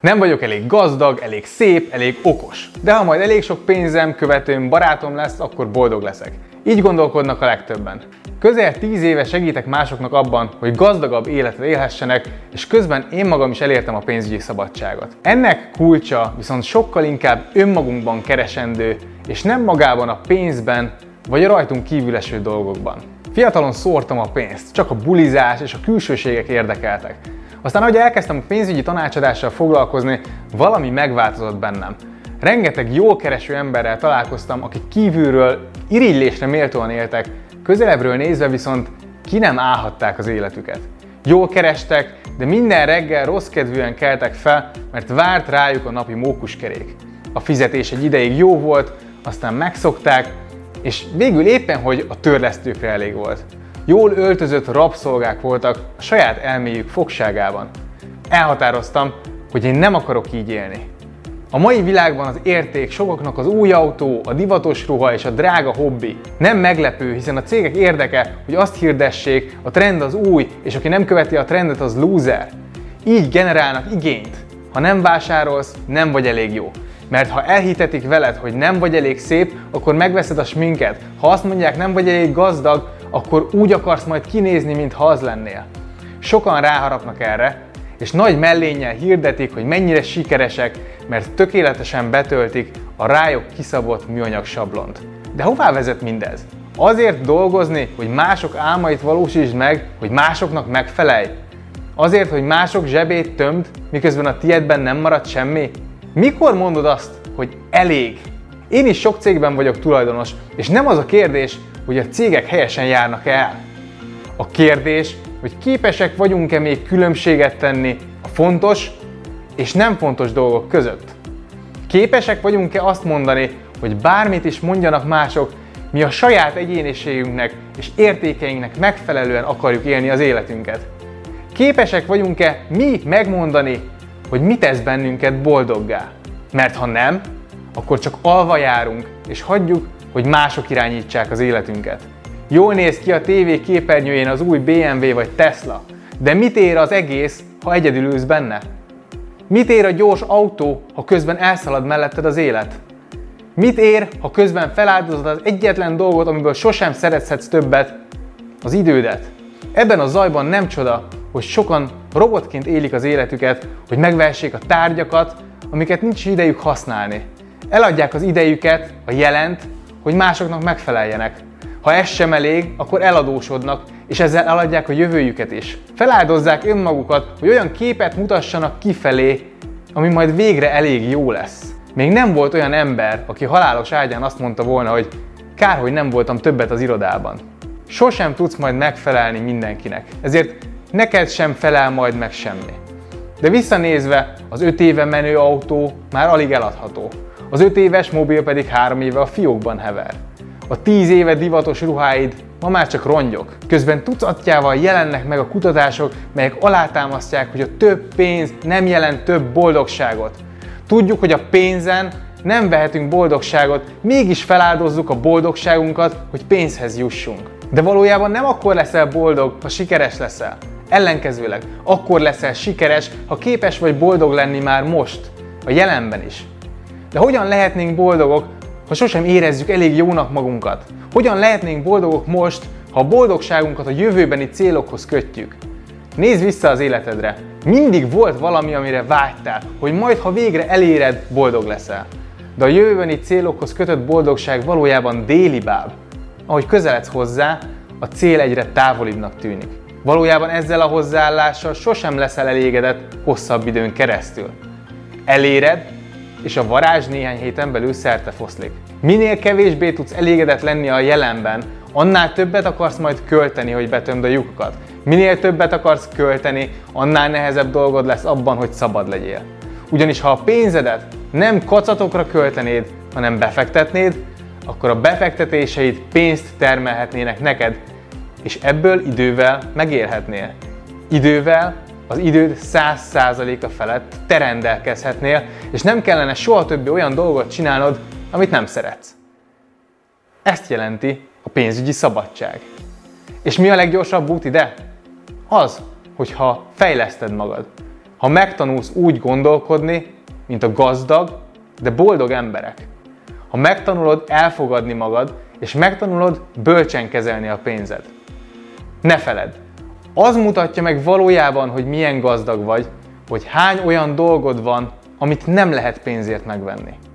Nem vagyok elég gazdag, elég szép, elég okos. De ha majd elég sok pénzem, követőm, barátom lesz, akkor boldog leszek. Így gondolkodnak a legtöbben. Közel 10 éve segítek másoknak abban, hogy gazdagabb életet élhessenek, és közben én magam is elértem a pénzügyi szabadságot. Ennek kulcsa viszont sokkal inkább önmagunkban keresendő, és nem magában a pénzben, vagy a rajtunk kívül eső dolgokban. Fiatalon szórtam a pénzt, csak a bulizás és a külsőségek érdekeltek. Aztán, ahogy elkezdtem a pénzügyi tanácsadással foglalkozni, valami megváltozott bennem. Rengeteg jól kereső emberrel találkoztam, akik kívülről irigylésre méltóan éltek, közelebbről nézve viszont ki nem állhatták az életüket. Jól kerestek, de minden reggel rosszkedvűen keltek fel, mert várt rájuk a napi mókuskerék. A fizetés egy ideig jó volt, aztán megszokták, és végül éppen, hogy a törlesztőkre elég volt. Jól öltözött rabszolgák voltak a saját elméjük fogságában. Elhatároztam, hogy én nem akarok így élni. A mai világban az érték sokaknak az új autó, a divatos ruha és a drága hobbi. Nem meglepő, hiszen a cégek érdeke, hogy azt hirdessék, a trend az új, és aki nem követi a trendet, az loser. Így generálnak igényt. Ha nem vásárolsz, nem vagy elég jó. Mert ha elhitetik veled, hogy nem vagy elég szép, akkor megveszed a sminket. Ha azt mondják, nem vagy elég gazdag, akkor úgy akarsz majd kinézni, mintha az lennél. Sokan ráharapnak erre, és nagy mellénnyel hirdetik, hogy mennyire sikeresek, mert tökéletesen betöltik a rájuk kiszabott műanyag sablont. De hová vezet mindez? Azért dolgozni, hogy mások álmait valósítsd meg, hogy másoknak megfelelj? Azért, hogy mások zsebét tömd, miközben a tiédben nem marad semmi? Mikor mondod azt, hogy elég? Én is sok cégben vagyok tulajdonos, és nem az a kérdés, hogy a cégek helyesen járnak el. A kérdés, hogy képesek vagyunk-e még különbséget tenni a fontos és nem fontos dolgok között. Képesek vagyunk-e azt mondani, hogy bármit is mondjanak mások, mi a saját egyéniségünknek és értékeinknek megfelelően akarjuk élni az életünket. Képesek vagyunk-e mi megmondani, hogy mi tesz bennünket boldoggá? Mert ha nem, akkor csak alva járunk, és hagyjuk, hogy mások irányítsák az életünket. Jól néz ki a tévé képernyőjén az új BMW vagy Tesla, de mit ér az egész, ha egyedül ülsz benne? Mit ér a gyors autó, ha közben elszalad melletted az élet? Mit ér, ha közben feláldozod az egyetlen dolgot, amiből sosem szerezhetsz többet, az idődet? Ebben a zajban nem csoda, hogy sokan robotként élik az életüket, hogy megvehessék a tárgyakat, amiket nincs idejük használni. Eladják az idejüket, a jelent, hogy másoknak megfeleljenek. Ha ez sem elég, akkor eladósodnak, és ezzel eladják a jövőjüket is. Feláldozzák önmagukat, hogy olyan képet mutassanak kifelé, ami majd végre elég jó lesz. Még nem volt olyan ember, aki halálos ágyán azt mondta volna, hogy kár, hogy nem voltam többet az irodában. Sosem tudsz majd megfelelni mindenkinek, ezért neked sem felel majd meg semmi. De visszanézve, az 5 éve menő autó már alig eladható. Az 5 éves mobil pedig 3 éve a fiókban hever. A 10 éve divatos ruháid ma már csak rongyok. Közben tucatjával jelennek meg a kutatások, melyek alátámasztják, hogy a több pénz nem jelent több boldogságot. Tudjuk, hogy a pénzen nem vehetünk boldogságot, mégis feláldozzuk a boldogságunkat, hogy pénzhez jussunk. De valójában nem akkor leszel boldog, ha sikeres leszel. Ellenkezőleg, akkor leszel sikeres, ha képes vagy boldog lenni már most, a jelenben is. De hogyan lehetnénk boldogok, ha sosem érezzük elég jónak magunkat? Hogyan lehetnénk boldogok most, ha a boldogságunkat a jövőbeni célokhoz kötjük? Nézz vissza az életedre. Mindig volt valami, amire vágytál, hogy majd, ha végre eléred, boldog leszel. De a jövőbeni célokhoz kötött boldogság valójában délibáb. Ahogy közeledsz hozzá, a cél egyre távolibbnak tűnik. Valójában ezzel a hozzáállással sosem leszel elégedett hosszabb időn keresztül. Eléred, és a varázs néhány héten belül szertefoszlik. Minél kevésbé tudsz elégedett lenni a jelenben, annál többet akarsz majd költeni, hogy betömd a lyukakat. Minél többet akarsz költeni, annál nehezebb dolgod lesz abban, hogy szabad legyél. Ugyanis ha a pénzedet nem kacatokra költenéd, hanem befektetnéd, akkor a befektetéseid pénzt termelhetnének neked, és ebből idővel megélhetnél. Idővel az időd 100%-a felett te rendelkezhetnél, és nem kellene soha többé olyan dolgot csinálnod, amit nem szeretsz. Ezt jelenti a pénzügyi szabadság. És mi a leggyorsabb út ide? Az, hogyha fejleszted magad. Ha megtanulsz úgy gondolkodni, mint a gazdag, de boldog emberek. Ha megtanulod elfogadni magad, és megtanulod bölcsen kezelni a pénzed. Ne feledd! Az mutatja meg valójában, hogy milyen gazdag vagy, hogy hány olyan dolgod van, amit nem lehet pénzért megvenni.